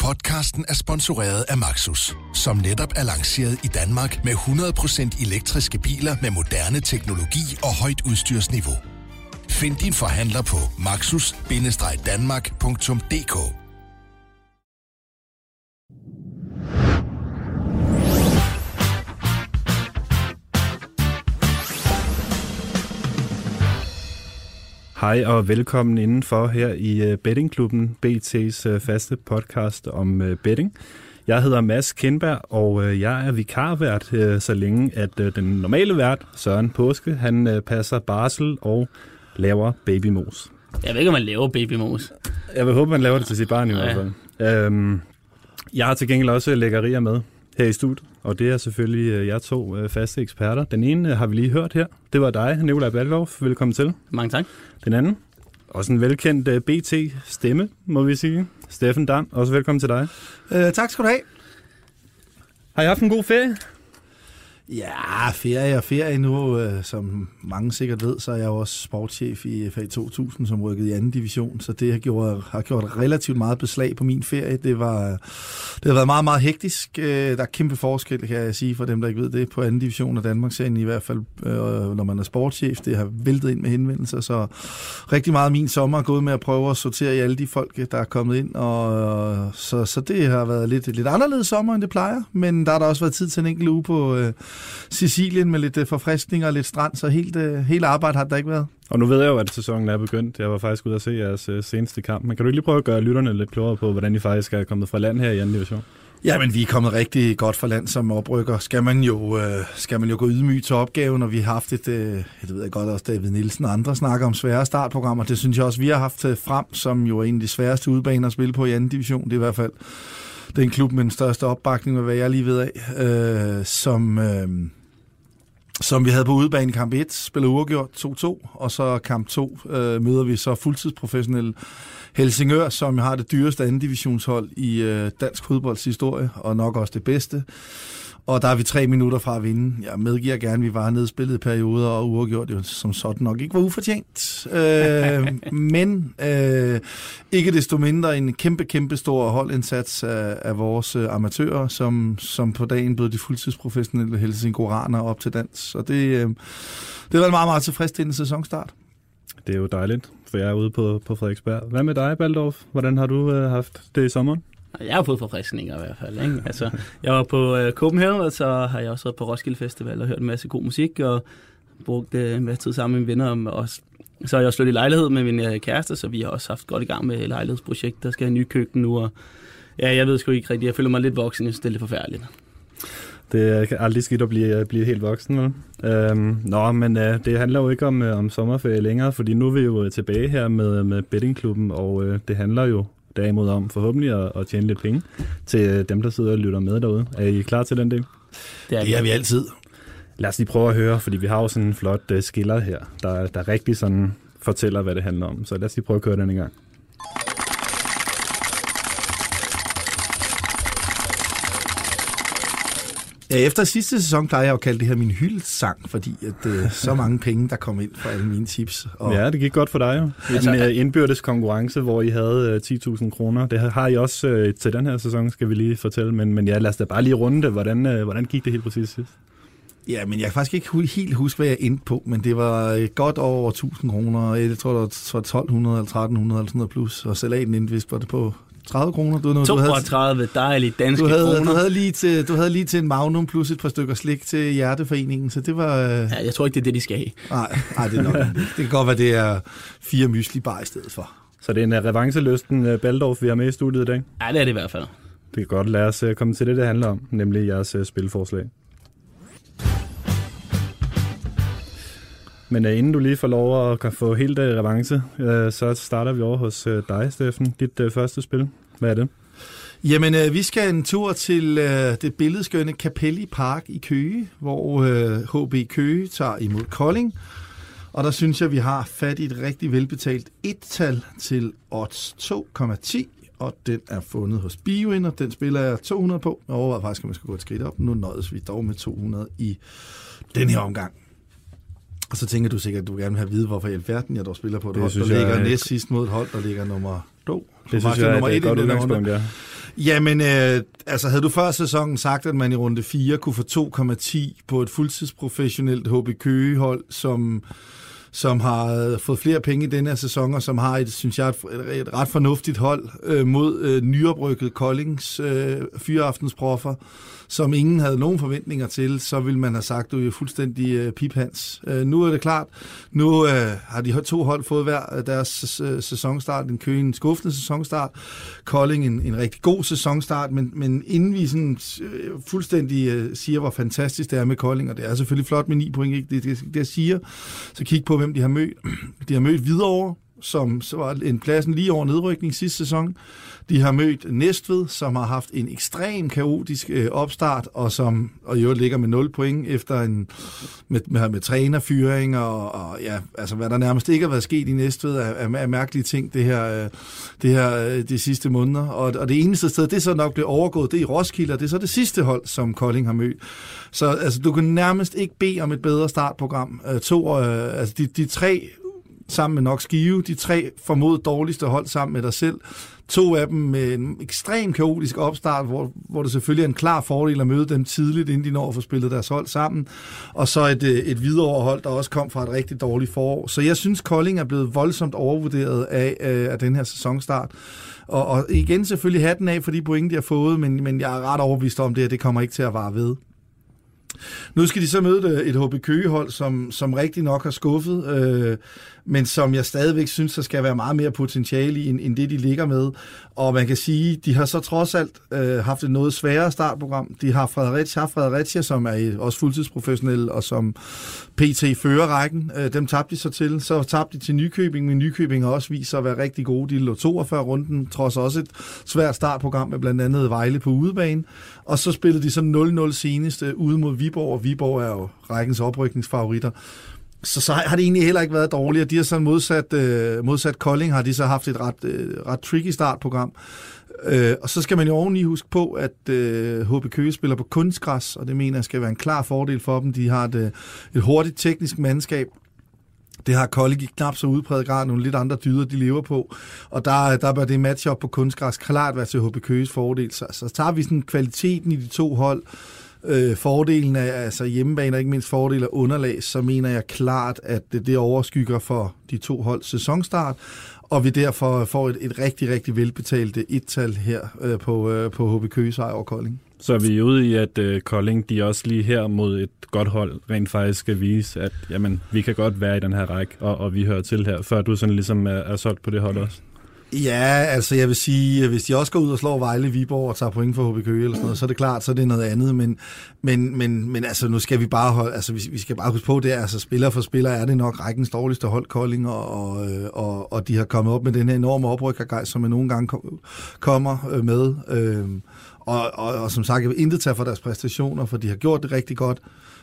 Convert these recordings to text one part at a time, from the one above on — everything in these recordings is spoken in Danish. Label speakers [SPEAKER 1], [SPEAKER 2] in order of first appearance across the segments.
[SPEAKER 1] Podcasten er sponsoreret af Maxus, som netop er lanceret i Danmark med 100% elektriske biler med moderne teknologi og højt udstyrsniveau. Find din forhandler på maxus-danmark.dk.
[SPEAKER 2] Hej og velkommen indenfor her i Bettingklubben, BT's faste podcast om betting. Jeg hedder Mads Kindberg, og jeg er vikarvært, så længe at den normale vært, Søren Påske, han passer barsel og laver babymos.
[SPEAKER 3] Jeg ved ikke, om man laver babymos.
[SPEAKER 2] Jeg vil håbe, man laver det til sit barn i hvert fald. Jeg har til gengæld også lækkerier med her i studiet, og det er selvfølgelig jer to faste eksperter. Den ene har vi lige hørt her. Det var dig, Nikolaj Ballerup. Velkommen til.
[SPEAKER 3] Mange tak.
[SPEAKER 2] Den anden, også en velkendt BT-stemme, må vi sige. Steffen Dam, også velkommen til dig.
[SPEAKER 4] Tak skal du have.
[SPEAKER 2] Har I haft en god ferie?
[SPEAKER 4] Ja, ferie nu. Som mange sikkert ved, så er jeg jo også sportschef i FA 2000, som rykkede i anden division, så det har gjort relativt meget beslag på min ferie. Det har været meget, meget hektisk. Der er kæmpe forskel, kan jeg sige, for dem, der ikke ved det, på anden division af Danmarksserien, i hvert fald, når man er sportschef. Det har væltet ind med henvendelser, så rigtig meget af min sommer er gået med at prøve at sortere i alle de folk, der er kommet ind, og så det har været lidt anderledes sommer, end det plejer, men der har der også været tid til en enkelt uge på Sicilien med lidt forfriskning og lidt strand, så helt arbejde har der ikke været.
[SPEAKER 2] Og nu ved jeg jo, at sæsonen er begyndt. Jeg var faktisk ude at se jeres seneste kamp. Men kan du ikke lige prøve at gøre lytterne lidt klogere på, hvordan I faktisk er kommet fra land her i anden division?
[SPEAKER 4] Ja, men vi er kommet rigtig godt fra land som oprykker. Skal man jo gå ydmyg til opgaven, og vi har haft det ved jeg godt, også David Nielsen og andre snakker om svære startprogrammer. Det synes jeg også, vi har haft frem, som jo er en af de sværeste udebaner at spille på i anden division. Det er i hvert fald den klub med den største opbakning, hvad jeg lige ved af, som vi havde på udebane i kamp 1, spiller uafgjort 2-2, og så kamp 2 møder vi så fuldtidsprofessionelle Helsingør, som har det dyreste anden divisionshold i dansk fodbolds historie, og nok også det bedste. Og der er vi 3 minutter fra at vinde. Jeg medgiver gerne, at vi var nedspillet perioder, og uafgjort jo som sådan nok ikke var ufortjent. Men ikke desto mindre en kæmpe stor holdindsats af vores amatører, som på dagen bød de fuldtidsprofessionelle helsingøranere op til dans. Og det var en meget, meget tilfredsstillende sæsonstart.
[SPEAKER 2] Det er jo dejligt, for jeg er ude på Frederiksberg. Hvad med dig, Ballerup? Hvordan har du haft det i sommeren? Jeg
[SPEAKER 3] har fået forfriskninger i hvert fald. Ikke? Altså, jeg var på Copenhagen, og så har jeg også været på Roskilde Festival og hørt en masse god musik, og brugt en masse tid sammen med mine venner. Og så har jeg også flyttet i lejlighed med min kæreste, så vi har også haft godt i gang med lejlighedsprojekt. Der skal have en ny køkken nu, og ja, jeg ved sgu ikke rigtigt. Jeg føler mig lidt voksen, jeg synes, det er lidt forfærdeligt.
[SPEAKER 2] Det er aldrig skidt at blive helt voksen, vel? Men det handler jo ikke om sommerferie længere, fordi nu er vi jo tilbage her med Bettingklubben, og det handler jo derimod om forhåbentlig at tjene lidt penge til dem, der sidder og lytter med derude. Er I klar til den del?
[SPEAKER 4] Det er vi altid.
[SPEAKER 2] Lad os lige prøve at høre, fordi vi har jo sådan en flot skiller her, der rigtig sådan fortæller, hvad det handler om. Så lad os lige prøve at køre den en gang.
[SPEAKER 4] Ja, efter sidste sæson plejer jeg at kalde det her min hyldesang, fordi at så mange penge, der kom ind for alle mine tips. Og
[SPEAKER 2] ja, det gik godt for dig jo. I den indbyrdes konkurrence, hvor I havde 10.000 kroner. Det har I også til den her sæson, skal vi lige fortælle. Men ja, lad os da bare lige runde det. Hvordan gik det helt præcis sidst?
[SPEAKER 4] Ja, men jeg kan faktisk ikke helt huske, hvad jeg endte på, men det var godt over 1.000 kroner. Jeg tror, det var 1.200 eller 1.300 eller sådan noget plus, og salaten endte vist var det på 30 kroner.
[SPEAKER 3] 32 dejlige danske kroner.
[SPEAKER 4] Du havde lige til en Magnum plus et par stykker slik til Hjerteforeningen, så det var...
[SPEAKER 3] Ja, jeg tror ikke, det er det, de skal have.
[SPEAKER 4] Nej, det er nok ikke. Det kan godt være, det er 4 mysli bar i stedet for.
[SPEAKER 2] Så det er en revanchelysten Ballerup, vi har med i studiet i dag?
[SPEAKER 3] Ja, det er det i hvert fald.
[SPEAKER 2] Det kan godt. Lad os komme til det handler om, nemlig jeres spilforslag. Men inden du lige får lov at få helt revanche, så starter vi over hos dig, Steffen. Dit første spil. Hvad er det?
[SPEAKER 4] Jamen, vi skal en tur til det billedskønne Capelli Park i Køge, hvor HB Køge tager imod Kolding. Og der synes jeg, vi har fat i et rigtig velbetalt et-tal til odds 2,10. Og den er fundet hos Bioin, og den spiller jeg 200 på. Jeg overvejer faktisk, at man skal gå et skridt op. Nu nøjes vi dog med 200 i den her omgang. Og så tænker du sikkert, at du gerne vil have at vide, hvorfor i alverden jeg dog spiller på det. Det ligger næst sidst mod et hold, der ligger nummer
[SPEAKER 2] Det synes jeg er et godt udgangspunkt, ja.
[SPEAKER 4] Jamen, altså havde du før sæsonen sagt, at man i runde 4 kunne få 2,10 på et fuldtidsprofessionelt HB Køge-hold, som har fået flere penge i denne her sæson, og som har synes jeg, et ret fornuftigt hold mod nyoprykket Koldings fyraftensproffer, som ingen havde nogen forventninger til, så ville man have sagt, du er fuldstændig piphans. Nu er det klart, nu har de 2 hold fået hver deres sæsonstart. En Køge en skuffende sæsonstart, Kolding en rigtig god sæsonstart, men inden vi sådan, fuldstændig siger, hvor fantastisk det er med Kolding, og det er selvfølgelig flot med 9 point, ikke? Det jeg siger, så kig på, hvem de har mødt. De har mødt Hvidovre, som så var en pladsen lige over nedrykning sidste sæson. De har mødt Næstved, som har haft en ekstrem kaotisk opstart, og i øvrigt ligger med 0 point efter med trænerfyring, og ja, altså hvad der nærmest ikke har været sket i Næstved af mærkelige ting de sidste måneder. Og det eneste sted, det så nok blev overgået, det er i Roskilde, og det er så det sidste hold, som Kolding har mødt. Så altså, du kan nærmest ikke bede om et bedre startprogram. De 3 sammen med nok Skive, de 3 formodet dårligste hold sammen med dig selv. 2 af dem med en ekstrem kaotisk opstart, hvor det selvfølgelig er en klar fordel at møde dem tidligt, inden de når at få spillet deres hold sammen. Og så et Hvidovre hold, der også kom fra et rigtig dårligt forår. Så jeg synes, Kolding er blevet voldsomt overvurderet af den her sæsonstart. Og igen selvfølgelig hatten af for de point, de har fået, men jeg er ret overbevist om det, at det kommer ikke til at vare ved. Nu skal de så møde et HB Køge-hold, som rigtig nok har skuffet, men som jeg stadigvæk synes, der skal være meget mere potentiale i, end det, de ligger med. Og man kan sige, de har så trods alt haft et noget sværere startprogram. De har Fredericia, som er også fuldtidsprofessionelle, og som PT fører rækken. Dem tabte de så til. Så tabte de til Nykøbing, men Nykøbing har også vist sig at være rigtig gode. De lå 42 runden, trods også et svært startprogram med blandt andet Vejle på udebane. Og så spillede de så 0-0 senest ude mod Viborg, og Viborg er jo rækkens oprykningsfavoritter. Så har det egentlig heller ikke været dårligt. De har så modsat Kolding, har de så haft et ret tricky startprogram. Og så skal man jo oveni huske på, at HB Køge spiller på kunstgræs, og det mener jeg skal være en klar fordel for dem. De har et hurtigt teknisk mandskab. Det har Kolding i knap så udpræget grad nogle lidt andre dyder, de lever på. Og der bør det match-up på kunstgræs klart være til HB Køges fordel. Så tager vi sådan kvaliteten i de 2 hold, fordelen af altså hjemmebane og ikke mindst fordel af underlag, så mener jeg klart, at det overskygger for de 2 holds sæsonstart, og vi derfor får et rigtig, rigtig velbetalt et-tal her på HB Køge sejr over Kolding. Så er vi ude i, at Kolding, de også lige her mod et godt hold, rent faktisk skal vise, at jamen, vi kan godt være i den her række, og vi hører til her, før du sådan ligesom er solgt på det hold også. Ja, altså jeg vil sige, hvis de også går ud og slår Vejle, Viborg og tager point for HB Køge eller sådan noget, så er det klart, så er det noget andet, men altså nu skal vi bare holde, altså vi skal bare huske på det, altså spiller for spiller er det nok rækkens dårligste hold, Kolding, og de har kommet op med den her enorme oprykkergejst, som man nogle gange kommer med, og som sagt, jeg vil intet tage for deres præstationer, for de har gjort det rigtig godt,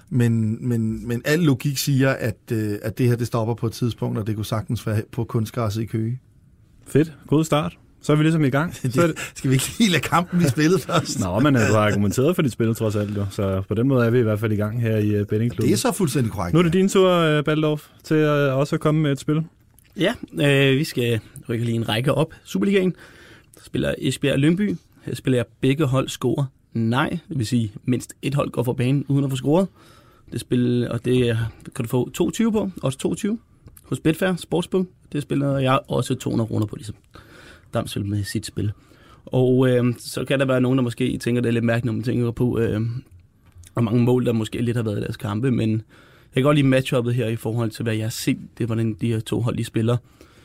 [SPEAKER 4] men al logik siger, at det her det stopper på et tidspunkt, og det kunne sagtens være på kunstgræsset i Køge. Fedt. God start. Så er vi ligesom i gang. Skal vi ikke lige lade kampen blive spillet først? Nå, men du har argumenteret for dit spil trods alt, jo. Så på den måde er vi i hvert fald i gang her i bettingklubben. Det er så fuldstændig korrekt. Nu er det din tur, Baldorf, til også at komme med et spil. Ja, vi skal rykke lige en række op. Superligaen. Der spiller Esbjerg Lyngby. Her spiller jeg begge hold scorer nej. Det vil sige, mindst et hold går for banen uden at få scoret. Det spil, og det kan du få 22 på, også 22. Hos Betfair Sportsbook, det spiller jeg også 200 kroner på, ligesom Damsøl med sit spil. Og så kan der være nogen, der måske tænker, det er lidt mærkeligt, når man tænker på, hvor mange mål, der måske lidt har været i deres kampe, men jeg kan godt lide matchuppet her i forhold til, hvad jeg har set, det er, hvordan de her 2 hold, de spiller.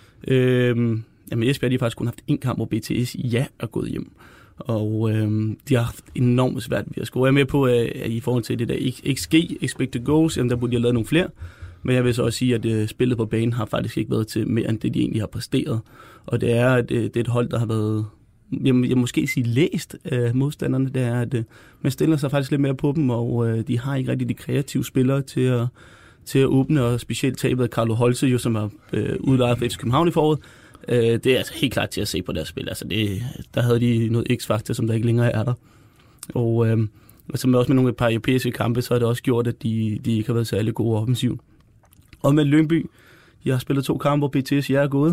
[SPEAKER 4] Jamen Esbjerg, de har faktisk kun haft 1 kamp, hvor BTS er gået hjem. Og de har haft enormt svært ved at score. Jeg er med på, at i forhold til det der XG, Expected Goals, jamen der burde de have lavet nogle flere. Men jeg vil så også sige, at spillet på banen har faktisk ikke været til mere end det, de egentlig har præsteret. Og det er et hold, der har været, jeg måske sige læst af modstanderne. Det er, at man stiller sig faktisk lidt mere på dem, og de har ikke rigtig de kreative spillere til at åbne, og specielt tabet af Carlo Holse, jo, som er udlejet for FC København i foråret. Det er altså helt klart til at se på deres spil. Altså der havde de noget x-faktor, som der ikke længere er der. Og som også med nogle par europæiske kampe, så har det også gjort, at de ikke har været særlig gode offensivt. Og med Lyngby, jeg har spillet 2 kampe, hvor BTS er gået.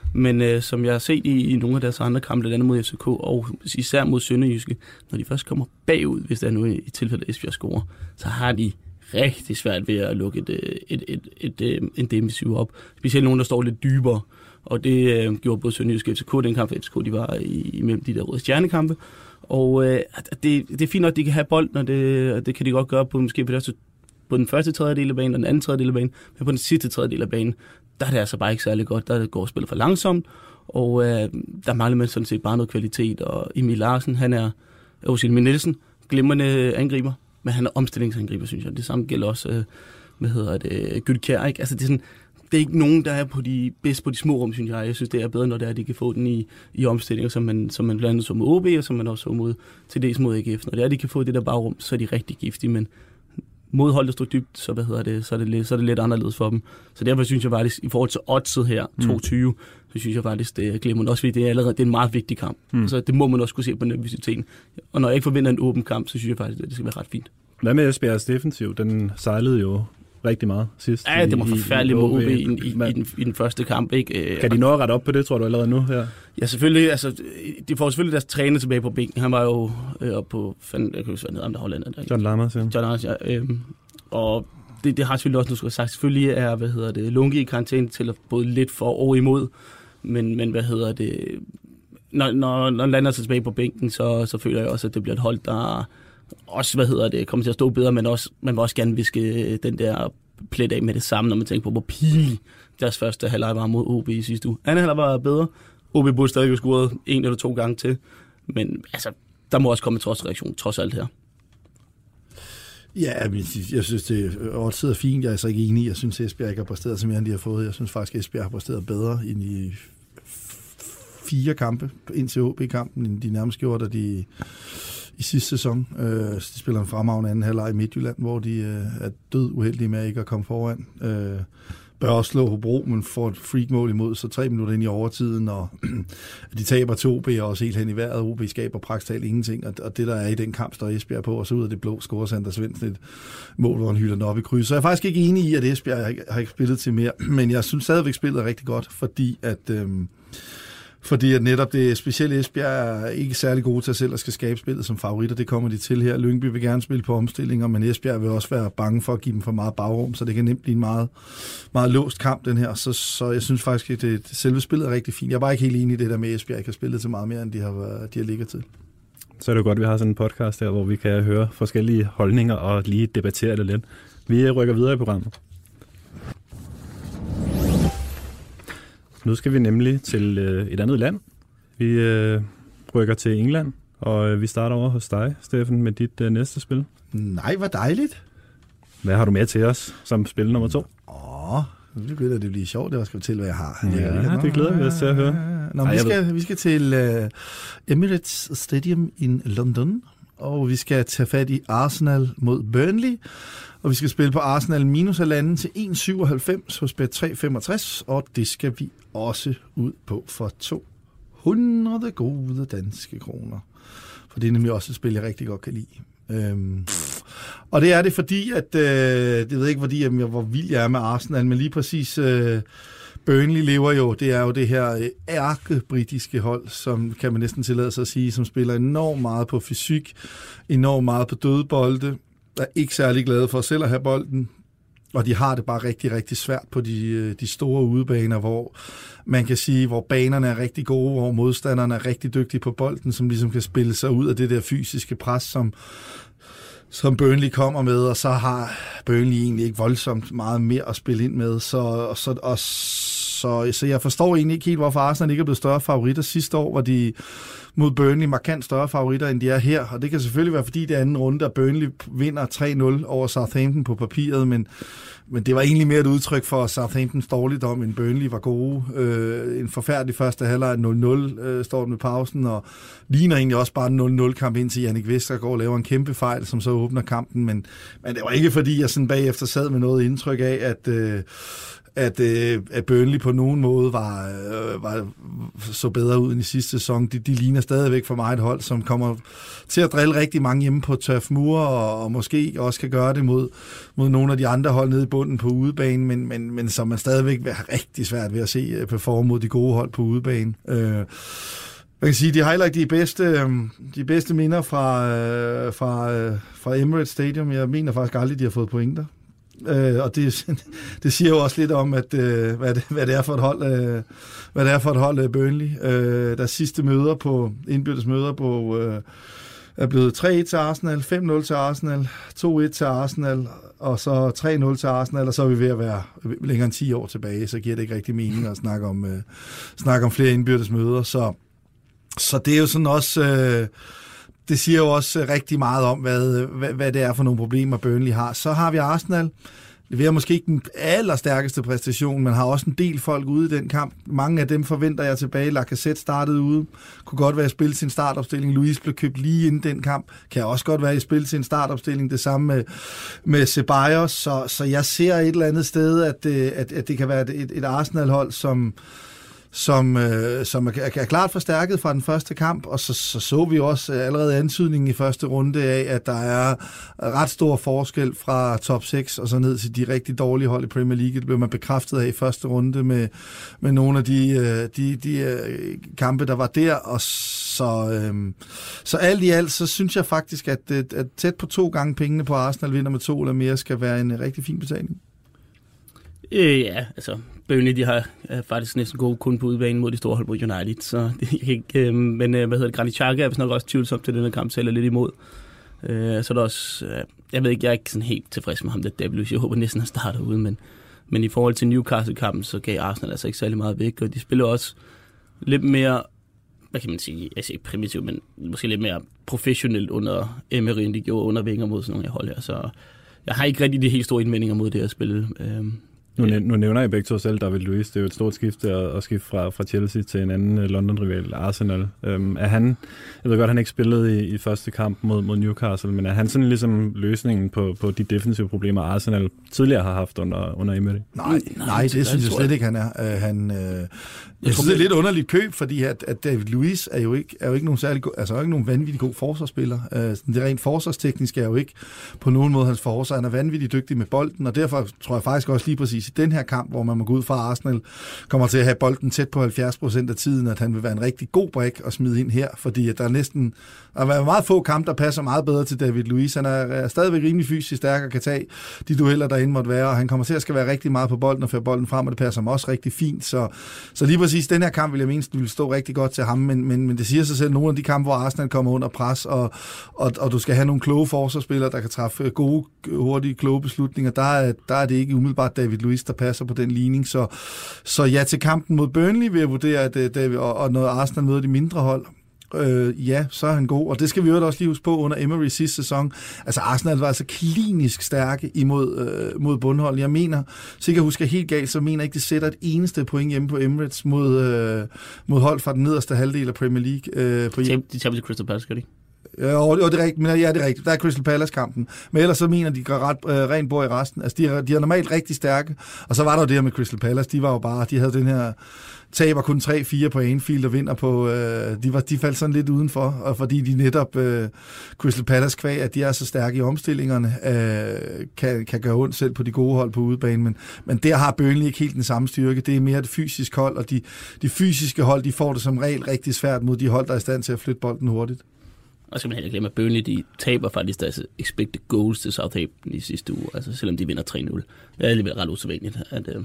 [SPEAKER 3] Men som jeg har set i nogle af deres andre kampe, blandt andet mod FCK, og især mod Sønderjyske, når de først kommer bagud, hvis der er nu i tilfælde af Esbjerg scorer, så har de rigtig svært ved at lukke en defensiv op. Specielt nogen, der står lidt dybere. Og det gjorde både Sønderjyske og FCK, den kamp for FCK, de var imellem de der røde stjernekampe. Og det er fint, at de kan have bold, og det kan de godt gøre på den første tredjedel af banen og den anden tredjedel af banen, men på den sidste tredjedel af banen, der er det altså bare ikke særlig godt. Der går spillet for langsomt, og der mangler man sådan set bare noget kvalitet. Og Emil Larsen, han er Emil Nielsen, glimrende angriber, men han er omstillingsangriber, synes jeg. Det samme gælder også, Gylkjær, ikke? Altså, det er ikke nogen, der er bedst på de små rum, synes jeg. Jeg synes, det er bedre, når det er, at de kan få den i omstillinger, som man blandt andet så mod OB, og som man også så mod AGF. Når det er, at de kan få det der bagrum, så er de rigtig giftige, men mod hold, der står dybt, så er det lidt anderledes for dem. Så derfor synes jeg faktisk, i forhold til oddset her, 2-20, så synes jeg faktisk, det glemmer man også, fordi det er en meget vigtig kamp. Så det må man også kunne se på nervøsiteten. Og når jeg ikke forventer en åben kamp, så synes jeg faktisk, at det skal være ret fint.
[SPEAKER 2] Hvad med Esbjergs defensiv? Den sejlede jo rigtig meget sidst.
[SPEAKER 3] Ja, det var forfærdeligt mod OB i den første kamp. Ikke?
[SPEAKER 2] Kan de nå at rette op på det, tror du, allerede nu?
[SPEAKER 3] Ja, selvfølgelig. Altså, de får selvfølgelig deres træner tilbage på bænken. Han var jo oppe på, jeg kan huske, hvad han hedder, Hollænder.
[SPEAKER 2] John Lammers, ja.
[SPEAKER 3] John Lammers, ja. Og det har selvfølgelig også, nu skal jeg sagt, selvfølgelig er, Lungi i karantæne til at både lidt for og imod. Men når lander sig tilbage på bænken, så føler jeg også, at det bliver et hold, der også, kommer til at stå bedre, men også, man vil også gerne viske den der plet af med det samme, når man tænker på, hvor pinlig deres første halvleg var mod OB i sidste uge. Anden halvleg var bedre. OB burde stadig have scoret 1 eller 2 gange til. Men altså, der må også komme en trodsreaktion, trods alt her.
[SPEAKER 4] Ja, jeg synes, det er fint. Jeg er så ikke enig. Jeg synes, Esbjerg ikke har præsteret så mere, end de har fået. Jeg synes faktisk, Esbjerg har præsteret bedre end i 4 kampe indtil OB-kampen, end de nærmest gjorde, da de i sidste sæson. De spiller en fremragende anden halvleg i Midtjylland, hvor de er død uheldige med ikke at komme foran. Bør også slå Hobro, men får et freak-mål imod, så 3 minutter ind i overtiden, og de taber til OB, og også helt hen i vejret. OB skaber praktisk talt ingenting, og det, der er i den kamp, står Esbjerg på, og så ud af det blå scorer Sander Svendsen et mål, hvor han hylder den op i kryds. Så jeg er faktisk ikke enig i, at Esbjerg har ikke spillet til mere, men jeg synes stadigvæk, spillet er rigtig godt, fordi at netop det specielle Esbjerg er ikke særlig gode til at selv at skal skabe spillet som favoritter. Det kommer de til her. Lyngby vil gerne spille på omstillinger, men Esbjerg vil også være bange for at give dem for meget bagrum, så det kan nemt blive en meget, meget låst kamp, den her. Så jeg synes faktisk, at det selve spillet er rigtig fint. Jeg er bare ikke helt enig i det der med, at Esbjerg ikke har spillet til meget mere, end de har ligget til.
[SPEAKER 2] Så er det godt, at vi har sådan en podcast her, hvor vi kan høre forskellige holdninger og lige debattere det lidt. Vi rykker videre i programmet. Nu skal vi nemlig til et andet land. Vi rykker til England, og vi starter over hos dig, Steffen, med dit næste spil.
[SPEAKER 4] Nej, hvor dejligt.
[SPEAKER 2] Hvad har du med til os som spil nummer 2?
[SPEAKER 4] Nu begynder det at blive sjovt, det også skal fortælle, hvad jeg har.
[SPEAKER 2] Ja, det glæder vi os til at høre.
[SPEAKER 4] Vi skal til Emirates Stadium i London, og vi skal tage fat i Arsenal mod Burnley. Og vi skal spille på Arsenal minus halvanden til 1,97 hos Bet365, og det skal vi også ud på for 200 gode danske kroner. For det er nemlig også et spil, jeg rigtig godt kan lide. Og det er det, fordi at, det ved ikke, hvor vild jeg er med Arsenal, men lige præcis Burnley lever jo, det er jo det her ærkebritiske hold, som kan man næsten tillade sig at sige, som spiller enormt meget på fysik, enormt meget på dødbolde, er ikke særlig glade for selv at have bolden, og de har det bare rigtig, rigtig svært på de store udebaner, hvor man kan sige, hvor banerne er rigtig gode, hvor modstanderne er rigtig dygtige på bolden, som ligesom kan spille sig ud af det der fysiske pres, som Burnley kommer med, og så har Burnley egentlig ikke voldsomt meget mere at spille ind med, så jeg forstår egentlig ikke helt, hvorfor Arsenal ikke er blevet større favoritter. Sidste år var de mod Burnley markant større favoritter, end de er her, og det kan selvfølgelig være, fordi det er anden runde, der Burnley vinder 3-0 over Southampton på papiret, men det var egentlig mere et udtryk for Southamptons dårligdom, end Burnley var gode. En forfærdelig første halvleg 0-0 står med pausen, og ligner egentlig også bare en 0-0-kamp ind til Jannik Vestergaard og laver en kæmpe fejl, som så åbner kampen, men det var ikke fordi, jeg sådan bagefter sad med noget indtryk af, at Burnley på nogen måde så bedre ud end i sidste sæson. De ligner stadigvæk for mig et hold, som kommer til at drille rigtig mange hjemme på Turf Moor, og måske også kan gøre det mod nogle af de andre hold nede i bunden på udebane, men som man stadigvæk vil have rigtig svært ved at se performe mod de gode hold på udebane. Man kan sige, de har heller ikke de bedste minder fra Emirates Stadium. Jeg mener faktisk aldrig, de har fået pointer. Og det siger jo også lidt om, at hvad det er for et hold, Burnley. Der sidste indbyrdes møder på er blevet 3-1 til Arsenal, 5-0 til Arsenal, 2-1 til Arsenal, og så 3-0 til Arsenal, og så er vi ved at være længere end 10 år tilbage, så giver det ikke rigtig mening at snakke om flere indbyrdes møder. Så det er jo sådan også... Det siger jo også rigtig meget om, hvad det er for nogle problemer, Burnley har. Så har vi Arsenal. Det er måske ikke den allerstærkeste præstation, men har også en del folk ude i den kamp. Mange af dem forventer jeg tilbage. Lacazette startede ude. Kunne godt være i spil til en startopstilling. Luis blev købt lige inden den kamp. Kan også godt være i spil til en startopstilling. Det samme med Ceballos. Så jeg ser et eller andet sted, at det kan være et Arsenal-hold, som er klart forstærket fra den første kamp, og så vi også allerede antydningen i første runde af, at der er ret stor forskel fra top 6 og så ned til de rigtig dårlige hold i Premier League. Det blev man bekræftet af i første runde med nogle af de kampe, der var der, og så alt i alt, så synes jeg faktisk, at tæt på 2 gange pengene på Arsenal vinder med 2 eller mere skal være en rigtig fin betaling.
[SPEAKER 3] Ja, altså Burnley, de har faktisk næsten gået kun på udbanen mod de store hold på United, så det er ikke... men Granit Xhaka er nok også tvivlsomt til denne kamp, taler lidt imod. Så er der også... jeg ved ikke, jeg er ikke sådan helt tilfreds med ham, det Davies. Jeg håber næsten, han starter ude, men i forhold til Newcastle-kampen, så gav Arsenal altså ikke særlig meget væk, og de spiller også lidt mere... Hvad kan man sige? Jeg siger ikke primitivt, men måske lidt mere professionelt under Emery, end de gjorde under Wenger mod sådan nogle hold her, så jeg har ikke rigtig de helt store indvendinger mod det at spille.
[SPEAKER 2] Nu nævner jeg begge to selv David Luiz. Det er jo et stort skifte at skifte fra Chelsea til en anden London-rival, Arsenal. Er han, jeg ved godt, han ikke spillede i første kamp mod Newcastle, men er han sådan ligesom løsningen på de defensive problemer, Arsenal tidligere har haft under Emery?
[SPEAKER 4] Nej, det synes jeg slet ikke, han er. Jeg synes, det er lidt underligt køb, fordi at David Luiz er jo ikke nogen særlig god, altså ikke nogen vanvittig god forsvarsspiller. Det rent forsvarsteknisk er jo ikke på nogen måde hans forsvar. Han er vanvittigt dygtig med bolden, og derfor tror jeg faktisk også lige præcis i den her kamp, hvor man må gå ud fra Arsenal, kommer til at have bolden tæt på 70% af tiden, at han vil være en rigtig god brik at smide ind her, fordi at der har været meget få kampe, der passer meget bedre til David Luiz. Han er stadigvæk rimelig fysisk stærk og kan tage de dueller, der inde måtte være, og han kommer til at skal være rigtig meget på bolden og føre bolden frem, og det passer ham også rigtig fint. Så lige præcis den her kamp vil jeg mene, vil stå rigtig godt til ham, men det siger sig selv, nogle af de kampe, hvor Arsenal kommer under pres, og du skal have nogle kloge forsvarsspillere, der kan træffe gode, hurtige, kloge beslutninger, der er det ikke umiddelbart David Luiz, der passer på den ligning. Så ja, til kampen mod Burnley vil jeg vurdere, at og når Arsenal møder de mindre hold, ja, så er han god. Og det skal vi jo også lige huske på under Emery sidste sæson. Altså Arsenal var altså klinisk stærke mod bundhold. Jeg mener, så jeg husker helt galt, så mener jeg ikke, det sætter et eneste point hjemme på Emirates mod hold fra den nederste halvdel af Premier League.
[SPEAKER 3] De tager til Crystal Palace, gør de?
[SPEAKER 4] Ja, det er rigtigt, men ja, det er rigtigt. Der er Crystal Palace-kampen. Men ellers så mener de går rent bord i resten. Altså, de er normalt rigtig stærke. Og så var der jo det her med Crystal Palace. De havde den her taber kun 3-4 på Anfield og vinder på... De faldt sådan lidt udenfor, og fordi de netop... Crystal Palace kvæg, at de er så stærke i omstillingerne, kan gøre ondt selv på de gode hold på udebane. Men der har Burnley ikke helt den samme styrke. Det er mere det fysiske hold, og de fysiske hold, de får det som regel rigtig svært mod de hold, der er i stand til at flytte bolden hurtigt.
[SPEAKER 3] Og så skal man heller glemme, at Burnley, de taber faktisk deres expected goals til Southampton i sidste uge, altså selvom de vinder 3-0. Det er alligevel ret usædvanligt,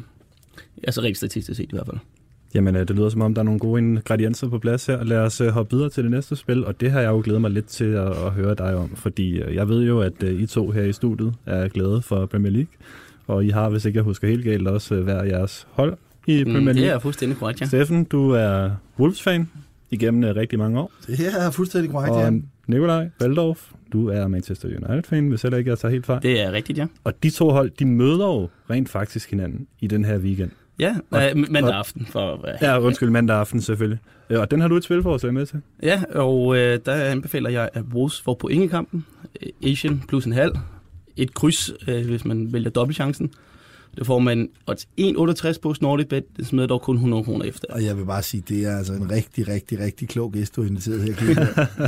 [SPEAKER 3] altså rent statistisk set i hvert fald.
[SPEAKER 2] Jamen, det lyder som om, der er nogle gode ingredienser på plads her. Lad os hoppe videre til det næste spil, og det har jeg jo glædet mig lidt til at høre dig om, fordi jeg ved jo, at I to her i studiet er glade for Premier League, og I har, hvis ikke jeg husker helt galt, også hver jeres hold i Premier League.
[SPEAKER 3] Det er fuldstændig korrekt, ja.
[SPEAKER 2] Steffen, du er Wolves-fan igennem rigtig mange år.
[SPEAKER 4] Det er fuldstændig korrekt, ja.
[SPEAKER 2] Og Nikolaj Waldorf, du er Manchester United-fan, hvis heller ikke jeg tager helt fejl.
[SPEAKER 3] Det er rigtigt, ja.
[SPEAKER 2] Og de to hold, de møder jo rent faktisk hinanden i den her weekend.
[SPEAKER 3] Ja, mandag aften.
[SPEAKER 2] Mandag aften selvfølgelig. Og den har du et spilforslag med til? Ja,
[SPEAKER 3] og der anbefaler jeg, at Wolves får point i kampen. Asian plus en halv. Et kryds, hvis man vælger dobbeltchancen. Det får man 1,68 på Nordic-bet, det smider dog kun 100 kroner efter.
[SPEAKER 4] Og jeg vil bare sige, det er altså en rigtig, rigtig, rigtig klog gæst, du har inviteret her.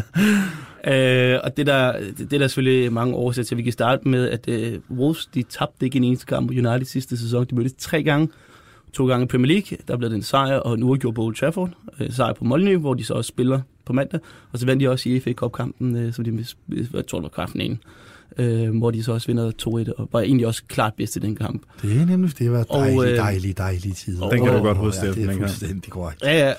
[SPEAKER 3] Og det er der selvfølgelig mange årsager til. Vi kan starte med, at Wolves, de tabte ikke en eneste kamp på United sidste sæson. De mødtes 3 gange. 2 gange i Premier League, der blev det en sejr, og en uafgjort på Old Trafford. Sejr på Molineux, hvor de så også spiller på mandag. Og så vandt de også i FA Cup-kampen, som de tror var kraften hvor de så også vinder 2-1, og var egentlig også klart bedst i den kamp.
[SPEAKER 4] Det er nemlig, det var dejlige tider.
[SPEAKER 2] Den kan du godt huske.
[SPEAKER 4] Ja, det er fuldstændig korrekt.
[SPEAKER 3] Ja,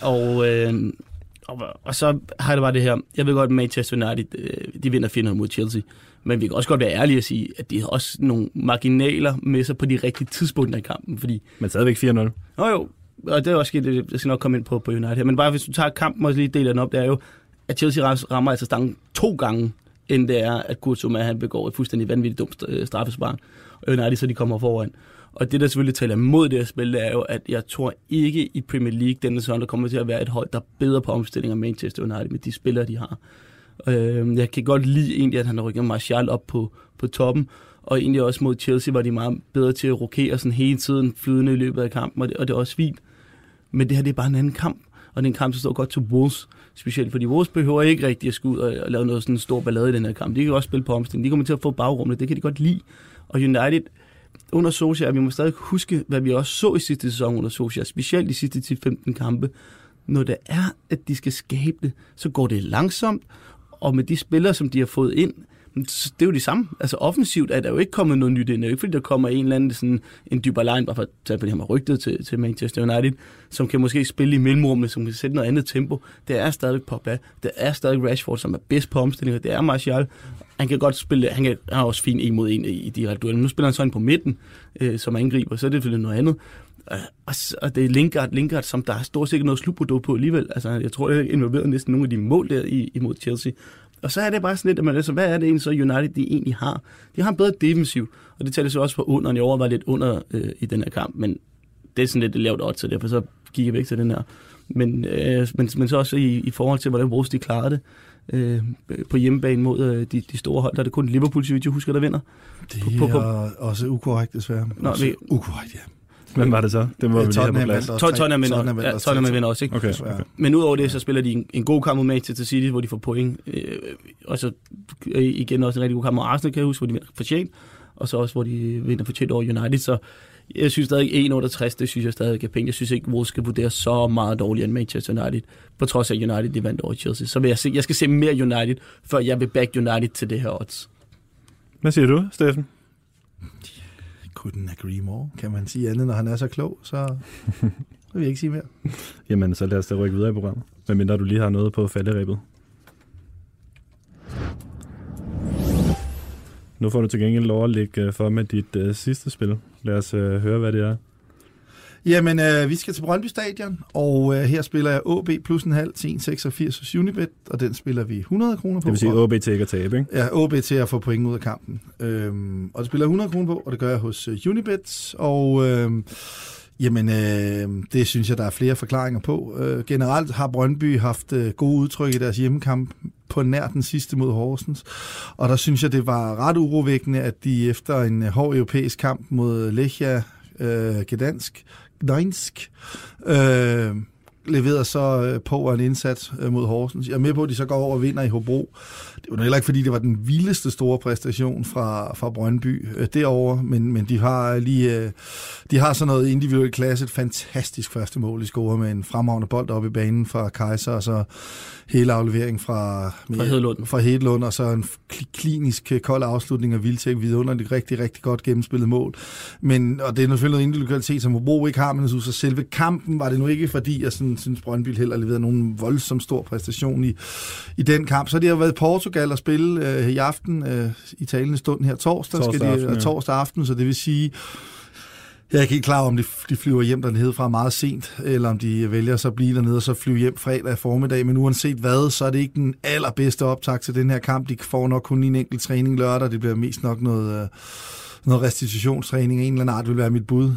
[SPEAKER 3] og så har det bare det her. Jeg ved godt, at Manchester United, de vinder 400 mod Chelsea, men vi kan også godt være ærlige at sige, at de har også nogle marginaler med sig på de rigtige tidspunkter i kampen, fordi...
[SPEAKER 2] Men stadigvæk 4-0.
[SPEAKER 3] Jo, og det er også sket, jeg skal nok komme ind på United her, men bare hvis du tager kampen og lige deler den op, det er jo, at Chelsea rammer altså stangen 2 gange, end det er, at Kurt Zouma, han begår et fuldstændig vanvittigt dumt straffespark, og United så de kommer foran. Og det, der selvfølgelig taler imod det her spil, det er jo, at jeg tror ikke i Premier League, denne sæson, der kommer til at være et hold, der er bedre på omstilling af Manchester United med de spillere, de har. Jeg kan godt lide egentlig, at han har rykket Martial op på toppen, og egentlig også mod Chelsea var de meget bedre til at rokere sådan hele tiden flydende i løbet af kampen, og det er også fint. Men det her, det er bare en anden kamp, og det er en kamp, der står godt til Wolves, specielt fordi Wolves behøver ikke rigtig at skulle ud og lave noget sådan en stor ballade i den her kamp. De kan også spille på omstilling, de kommer til at få bagrummet, det kan de godt lide. Og United under Solskjaer, vi må stadig huske, hvad vi også så i sidste sæson under Solskjaer, specielt de sidste 10-15 kampe. Når det er, at de skal skabe det, så går det langsomt, og med de spillere, som de har fået ind, det er jo det samme. Altså offensivt er der jo ikke kommet noget nyt ind. Det er jo ikke, fordi der kommer en eller anden sådan en dybere line, bare for at tage på det her med rygtet til Manchester United, som kan måske spille i mellemrummene, som kan sætte noget andet tempo. Det er stadig Pogba. Det er stadig Rashford, som er bedst på omstillinger. Det er Martial. Han kan godt spille, han har også fint 1 mod 1 i de dueller. Nu spiller han sådan på midten, som angriber, så er det selvfølgelig noget andet. Og det er Lingard, som der er stort sikkert noget slutprodukt på alligevel. Altså, jeg tror, det er involveret næsten nogle af de mål der imod Chelsea. Og så er det bare sådan lidt, at man, altså, hvad er det egentlig så United, de egentlig har? De har en bedre defensiv, og det taler så også på under, i år var lidt under i den her kamp, men det er sådan lidt lavt odds, så derfor så gik jeg væk til den her. Men så også i forhold til, hvordan Wolves de klarede det på hjemmebane mod de store hold, der er det kun Liverpool, så vidt jeg husker, der vinder.
[SPEAKER 4] Det er også ukorrekt, desværre. Ukorrekt, ja.
[SPEAKER 2] Hvem var det så? Det må vi lige have på plads.
[SPEAKER 3] Tottenham vinder også, ikke?
[SPEAKER 2] Okay.
[SPEAKER 3] Men udover det, så spiller de en god kamp mod Manchester City, hvor de får point. Og så igen også en rigtig god kamp mod Arsenal, kan jeg huske, hvor de vinder fortjent. Og så også, hvor de vinder fortjent over United. Så jeg synes stadig 1,68, det synes jeg stadig er penge. Jeg synes ikke, Wolves skal vurdere så meget dårligere end Manchester United. På trods af United, de vandt over Chelsea. Så jeg skal se mere United, før jeg vil back United til det her odds.
[SPEAKER 2] Hvad siger du, Steffen?
[SPEAKER 4] Couldn't agree more. Kan man sige andet, når han er så klog, så vil jeg ikke sige mere.
[SPEAKER 2] Jamen, så lad os da rykke videre i programmet. Medmindre du lige har noget på falderæbet. Nu får du til gengæld lov at lægge for med dit sidste spil. Lad os høre, hvad det er.
[SPEAKER 4] Jamen, vi skal til Brøndby Stadion, og her spiller jeg AB plus en halv til 1,86 hos Unibet, og den spiller vi 100 kroner på.
[SPEAKER 2] Det vil sige AB til ikke at tabe, ikke?
[SPEAKER 4] Ja, AB til at få point ud af kampen. Og det spiller 100 kroner på, og det gør jeg hos Unibet, og det synes jeg, der er flere forklaringer på. Generelt har Brøndby haft gode udtryk i deres hjemmekamp på nær den sidste mod Horsens, og der synes jeg, det var ret urovækkende, at de efter en hård europæisk kamp mod Lechia Gdansk, leverede så på en indsats mod Horsens. Jeg er med på, at de så går over og vinder i Hobro. Det var heller ikke, fordi det var den vildeste store præstation fra Brøndby derovre, men de har sådan noget individuelt klasse, et fantastisk første mål i score med en fremragende bold oppe i banen fra Kaiser, og så hele aflevering fra Hedlund, og så en klinisk kold afslutning af Wilczek vidunderligt, rigtig, rigtig godt gennemspillet mål. Og det er selvfølgelig noget individuel kvalitet, som Hobro ikke har, men så selve kampen var det nu ikke, fordi jeg synes, Brøndby heller leverede nogen voldsom stor præstation i den kamp. Så de har været i Portugal og spille i aften, i talende stund her torsdag aften, så det vil sige, jeg er ikke helt klar om de flyver hjem dernede fra meget sent, eller om de vælger så at blive dernede og så flyve hjem fredag formiddag, men uanset hvad, så er det ikke den allerbedste optakt til den her kamp. De får nok kun en enkelt træning lørdag, det bliver mest nok noget restitutionstræning, en eller anden art vil være mit bud.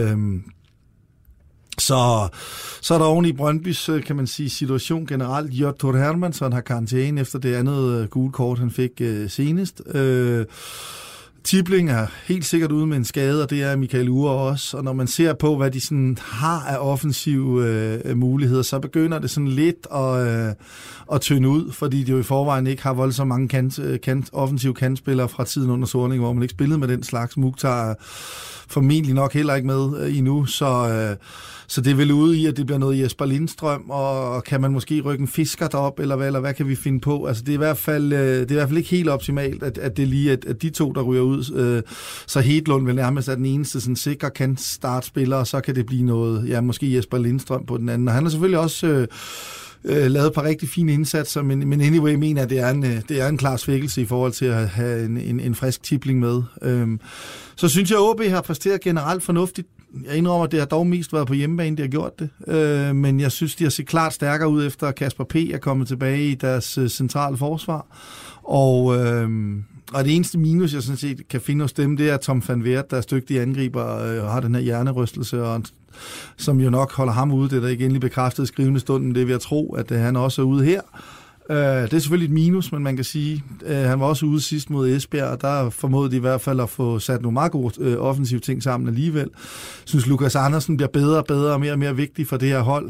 [SPEAKER 4] Så er der oven i Brøndbys, kan man sige, situation generelt. Jottor Hermansson har karantæne efter det andet gule kort, han fik senest. Tibling er helt sikkert ude med en skade, og det er Michael Uhre også. Og når man ser på, hvad de sådan har af offensive muligheder, så begynder det sådan lidt at tynde ud, fordi de jo i forvejen ikke har voldsomt mange offensive kantspillere fra tiden under Zornig, hvor man ikke spillede med den slags. Mukhtar er formentlig nok heller ikke med endnu, så det er vel ude i, at det bliver noget Jesper Lindstrøm, og kan man måske rykke en Fisker derop, eller hvad kan vi finde på? Altså det er i hvert fald ikke helt optimalt, at det er lige at de to, der ryger ud. Så Hedlund vil nærmest er den eneste sådan sikre kant-startspiller, og så kan det blive noget, ja, måske Jesper Lindstrøm på den anden. Og han har selvfølgelig også lavet et par rigtig fine indsatser, men anyway mener, at det er en klar svækkelse i forhold til at have en frisk Tibling med. Så synes jeg, at OB har præsteret generelt fornuftigt. Jeg indrømmer, at det har dog mest været på hjemmebane, de har gjort det. Men jeg synes, de har set klart stærkere ud, efter Kasper P. er kommet tilbage i deres centrale forsvar. Og det eneste minus, jeg sådan set kan finde hos dem, det er Tom van Weert, der er dygtig angriber og har den her hjernerystelse, og som jo nok holder ham ude. Det er der ikke endelig bekræftet skrivende stunden, det vil jeg tro, at han også er ude her. Det er selvfølgelig et minus, men man kan sige, han var også ude sidst mod Esbjerg, og der formåede de i hvert fald at få sat nogle meget gode offensive ting sammen alligevel. Jeg synes, Lukas Andersen bliver bedre og bedre og mere vigtig for det her hold.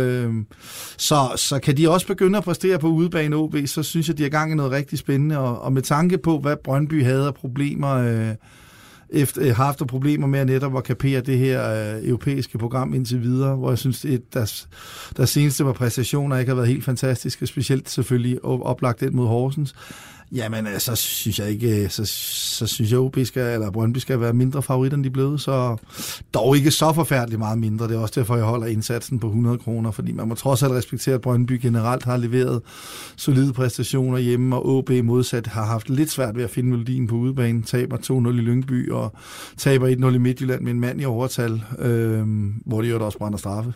[SPEAKER 4] Så kan de også begynde at præstere på udebane OB, så synes jeg, de er gang i noget rigtig spændende, og med tanke på, hvad Brøndby havde af problemer, haft problemer med at netop at kapere det her europæiske program indtil videre, hvor jeg synes, at der seneste var præstationer ikke har været helt fantastiske, specielt selvfølgelig oplagt den mod Horsens. Jamen, så synes jeg ikke, så synes jeg, OB eller Brøndby skal være mindre favoritter, end de er blevet, så dog ikke så forfærdeligt meget mindre. Det er også derfor, jeg holder indsatsen på 100 kroner, fordi man må trods alt respektere, at Brøndby generelt har leveret solide præstationer hjemme, og OB modsat har haft lidt svært ved at finde melodien på udebane. Taber 2-0 i Lyngby, og taber 1-0 i Midtjylland med en mand i overtal, hvor de jo også brænder straffe.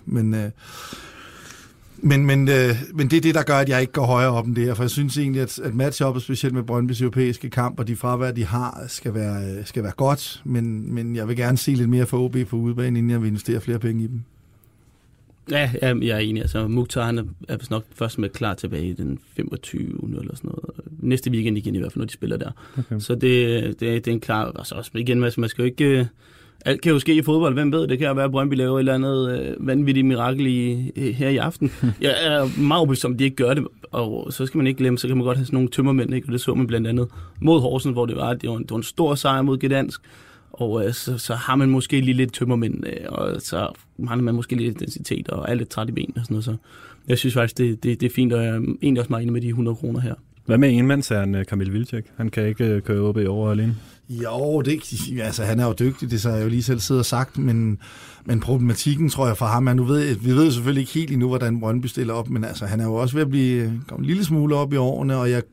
[SPEAKER 4] Men det er det, der gør, at jeg ikke går højere op end det her, for jeg synes egentlig, at matchuppet, specielt med Brøndbys europæiske kamp, og de fravær, de har, skal være godt, men jeg vil gerne se lidt mere for OB på udebane, inden jeg vil investere flere penge i dem.
[SPEAKER 3] Ja, jeg er enig. Altså, Mukhtar, han er nok først med klar tilbage den 25. eller sådan noget. Næste weekend igen i hvert fald, når de spiller der. Okay. Så det er en klar... Altså også igen, man skal jo ikke... Alt kan jo ske i fodbold, hvem ved? Det kan jo være, at Brøndby laver et eller andet vanvittigt mirakel her i aften. Jeg er meget overbevist om, at de ikke gør det, og så skal man ikke glemme, så kan man godt have sådan nogle tømmermænd, ikke? Og det så man blandt andet mod Horsens, hvor det var en stor sejr mod Gdansk, og så har man måske lige lidt tømmermænd, og så har man måske lidt intensitet, og er lidt træt i benene og sådan noget. Så jeg synes faktisk, det er fint, og jeg er egentlig også meget enig med de 100 kroner her.
[SPEAKER 2] Hvad med enmandsherren Kamil Vilcek? Han kan ikke køre OB over alene.
[SPEAKER 4] Jo, han er jo dygtig, det så jeg jo lige selv sidder og sagt, men problematikken, tror jeg, for ham er, vi ved selvfølgelig ikke helt endnu, hvordan Brøndby stiller op, men altså, han er jo også ved at blive en lille smule op i årene, og jeg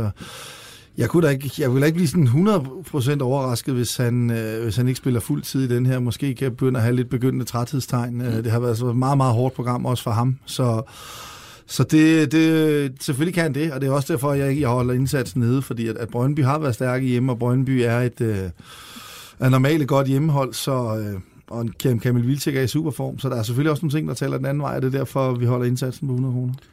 [SPEAKER 4] ville da ikke blive sådan 100% overrasket, hvis han ikke spiller fuld tid i den her. Måske kan jeg begynde at have lidt begyndende træthedstegn. Det har været et meget, meget hårdt program også for ham, så det selvfølgelig kan det, og det er også derfor, jeg holder indsatsen nede, fordi at Brøndby har været stærke hjemme, og Brøndby er er normalt et godt hjemmehold, og Kamil Vilcek er i superform, så der er selvfølgelig også nogle ting, der taler den anden vej, og det er derfor, vi holder indsatsen på 100 kroner.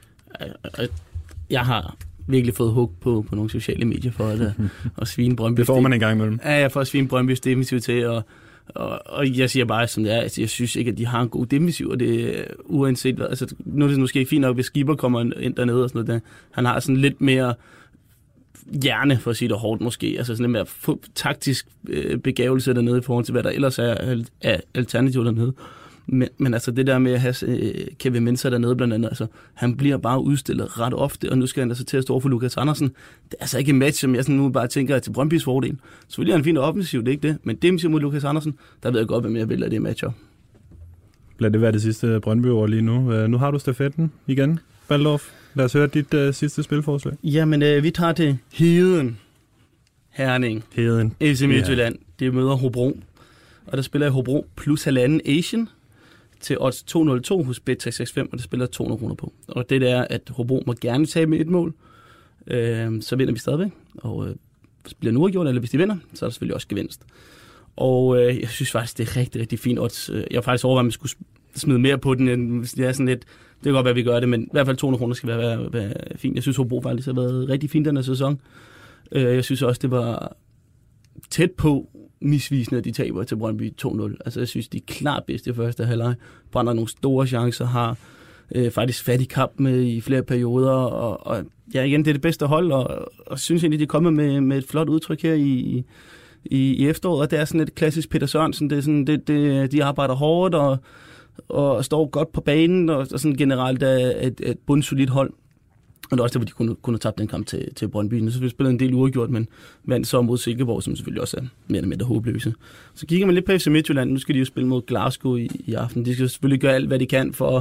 [SPEAKER 3] Jeg har virkelig fået hug på nogle sociale medier for at svine Brøndby.
[SPEAKER 2] Det får man en gang imellem.
[SPEAKER 3] Ja, jeg får at svine Brøndby defensivt til, og jeg siger bare, som det er, altså, jeg synes ikke, at de har en god defensiv, og det er uanset hvad. Altså, nu er det måske fint nok, hvis Skipper kommer ind dernede og sådan noget. Han har sådan lidt mere hjerne, for at sige det hårdt måske, altså sådan lidt mere taktisk begævelse dernede i forhold til, hvad der ellers er alternativ dernede. Men altså det der med at have Kevin Mensah dernede blandt andet, altså han bliver bare udstillet ret ofte, og nu skal han altså til at stå for Lukas Andersen. Det er altså ikke en match, som jeg sådan nu bare tænker er til Brøndbys fordel. Selvfølgelig er han fint offensiv, det er ikke det, men defensiv mod Lukas Andersen, der ved jeg godt, hvem jeg vil af det matcher.
[SPEAKER 2] Lad det være det sidste Brøndby-ord lige nu. Nu har du stafetten igen, Baldorf. Lad os høre dit sidste spilforslag.
[SPEAKER 3] Jamen, vi tager til Heden. Herning.
[SPEAKER 2] Heden.
[SPEAKER 3] FC Midtjylland. Det møder Hobro. Og der spiller jeg Hobro plus 1,5 Asian til odds 202 hos Bet365, og det spiller 200 kroner på. Og det er, at Hobro må gerne tabe med et mål, så vinder vi stadigvæk. Og hvis det bliver nu gjort, eller hvis de vinder, så er der selvfølgelig også gevinst. Og jeg synes faktisk, det er rigtig, rigtig fint odds. Jeg har faktisk overvejet, at man skulle smide mere på den. Det er sådan lidt, det kan godt være, at vi gør det, men i hvert fald 200 kroner skal være fint. Jeg synes, Hobro faktisk har været rigtig fint den her sæson. Jeg synes også, det var tæt på misvisende, at de taber til Brøndby 2-0. Altså, jeg synes, de er klart bedst i første halvleg. Brænder nogle store chancer, har faktisk fat i kamp med i flere perioder, og ja, igen, det er det bedste hold, og synes egentlig, de er kommet med et flot udtryk her i efteråret, og det er sådan et klassisk Peter Sørensen, det er sådan, de arbejder hårdt, og står godt på banen, og sådan generelt er et bundsolidt hold. Og det er også det, hvor de kunne have tabt den kamp til Brøndby. Så vi spillede en del uafgjort, men vandt så mod Silkeborg, som selvfølgelig også er mere eller mindre håbløse. Så kigger man lidt på FC Midtjylland. Nu skal de jo spille mod Glasgow i aften. De skal selvfølgelig gøre alt, hvad de kan for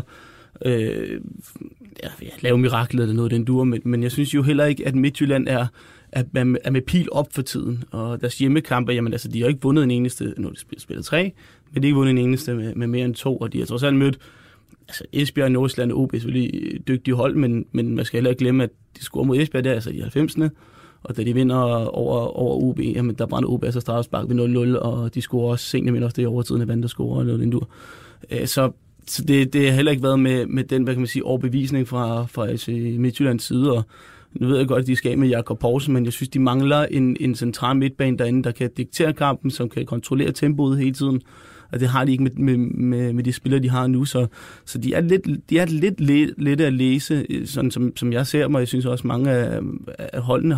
[SPEAKER 3] lave miraklet eller noget, den duer. Men jeg synes jo heller ikke, at Midtjylland er med pil op for tiden. Og deres hjemmekampe, jamen altså, de har ikke vundet en eneste, nu har de spillet 3, men de har ikke vundet en eneste med mere end 2, og de har trods alt mødt Esbjerg, Nordsjælland og OB er selvfølgelig dygtige hold, men man skal heller ikke glemme, at de scorer mod Esbjerg der, altså i 90'erne, og da de vinder over OB, jamen der brænder OB altså straffespark ved 0-0, og de scorer også sent, men også det i overtiden af vand, der scorer noget den dur. Så det har heller ikke været med den, hvad kan man sige, overbevisning fra Midtjyllands side, og nu ved jeg godt, at de skal af med Jakob Poulsen, men jeg synes, de mangler en central midtbane derinde, der kan diktere kampen, som kan kontrollere tempoet hele tiden. Og det har de ikke med de spillere, de har nu. Så de er lidt lette at læse, sådan som jeg ser mig. Jeg synes også, mange af holdene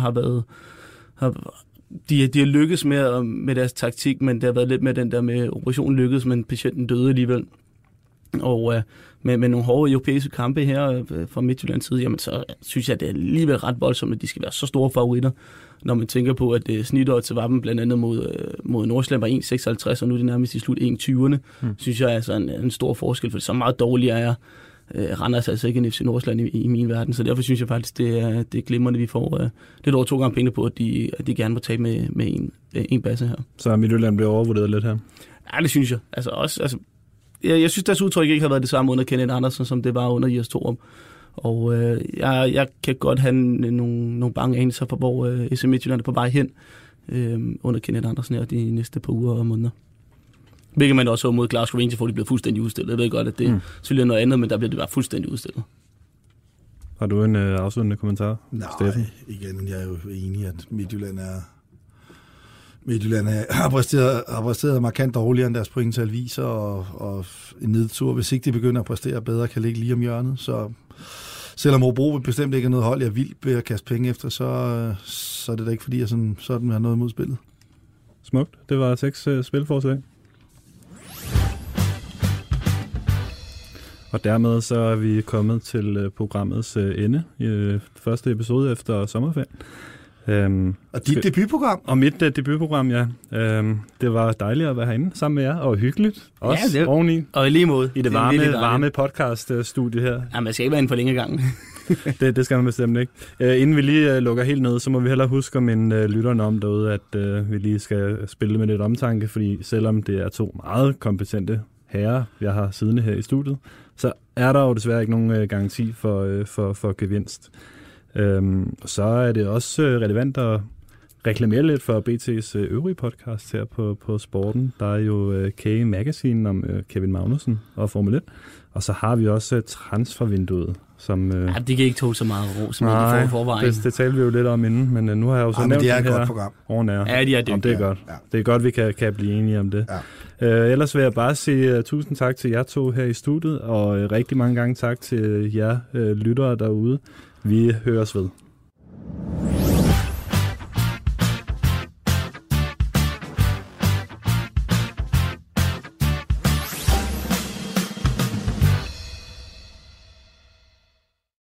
[SPEAKER 3] de har lykkes med deres taktik, men det har været lidt med den der med operationen lykkedes, men patienten døde alligevel. Og med nogle hårde europæiske kampe her fra Midtjyllands side, jamen så synes jeg, at det er alligevel ret voldsomt, at de skal være så store favoritter. Når man tænker på, at snitåret til Vappen blandt andet mod Nordsjælland var 1,56, og nu er det nærmest i slut 1,20'erne, synes jeg er altså en stor forskel, for så meget dårligere er Randers altså ikke en FC Nordsjælland i min verden, så derfor synes jeg faktisk, det er glimrende, at vi får lidt over 2 gange penge på, at de gerne må tage med en basse her. Så
[SPEAKER 2] Midtjylland bliver overvurderet lidt her?
[SPEAKER 3] Ja, det synes jeg. Jeg synes, deres udtryk ikke har været det samme under Kenneth Andersen, som det var under Jes Torup. Og jeg kan godt have nogle bange anelser for, hvor FC Midtjylland er på vej hen under Kenneth Andersen her de næste par uger og måneder. Hvilket man også så mod Glasgow Rangers, hvor de blev fuldstændig udstillet. Jeg ved godt, at det selvfølgelig er noget andet, men der bliver det bare fuldstændig udstillet.
[SPEAKER 2] Har du en afsluttende kommentar, Steffen?
[SPEAKER 4] Nej, igen, jeg er jo enig, at Midtjylland har præsteret markant dårligere, end deres pointtal viser, og en nedtur, hvis ikke de begynder at præstere bedre, kan ligge lige om hjørnet. Så selvom Hobro bestemt ikke er noget hold, jeg er vildt ved at kaste penge efter, så er det da ikke, fordi jeg sådan har noget mod spillet.
[SPEAKER 2] Smukt. Det var 6 spilforslag. Og dermed så er vi kommet til programmets ende i første episode efter sommerferien.
[SPEAKER 4] Og dit debutprogram?
[SPEAKER 2] Og mit debutprogram, ja. Det var dejligt at være herinde sammen med jer, og hyggeligt. Også ja, oveni.
[SPEAKER 3] Og i lige måde.
[SPEAKER 2] I det varme podcast-studie her.
[SPEAKER 3] Ja, man skal ikke være inde for længe gangen.
[SPEAKER 2] det skal man bestemt ikke. Inden vi lige lukker helt ned, så må vi hellere huske at minde lytterne om derude, at vi lige skal spille med lidt omtanke, fordi selvom det er 2 meget kompetente herrer, jeg har siddende her i studiet, så er der jo desværre ikke nogen garanti for gevinst. Så er det også relevant at reklamere lidt for BT's øvrige podcast her på Sporten. Der er jo K-Magazine om Kevin Magnussen og Formel 1. Og så har vi også transfervinduet, som...
[SPEAKER 3] Ja, det kan ikke tåle så meget ro, som de får forvejen.
[SPEAKER 2] Det talte vi jo lidt om inden, men nu har jeg jo så nævnt
[SPEAKER 4] det her. Det er et godt program.
[SPEAKER 3] Ja, de er det.
[SPEAKER 2] Det er godt. Ja. Det er godt, vi kan blive enige om det. Ja. Ellers vil jeg bare sige tusind tak til jer 2 her i studiet, og rigtig mange gange tak til jer lyttere derude. Vi høres ved.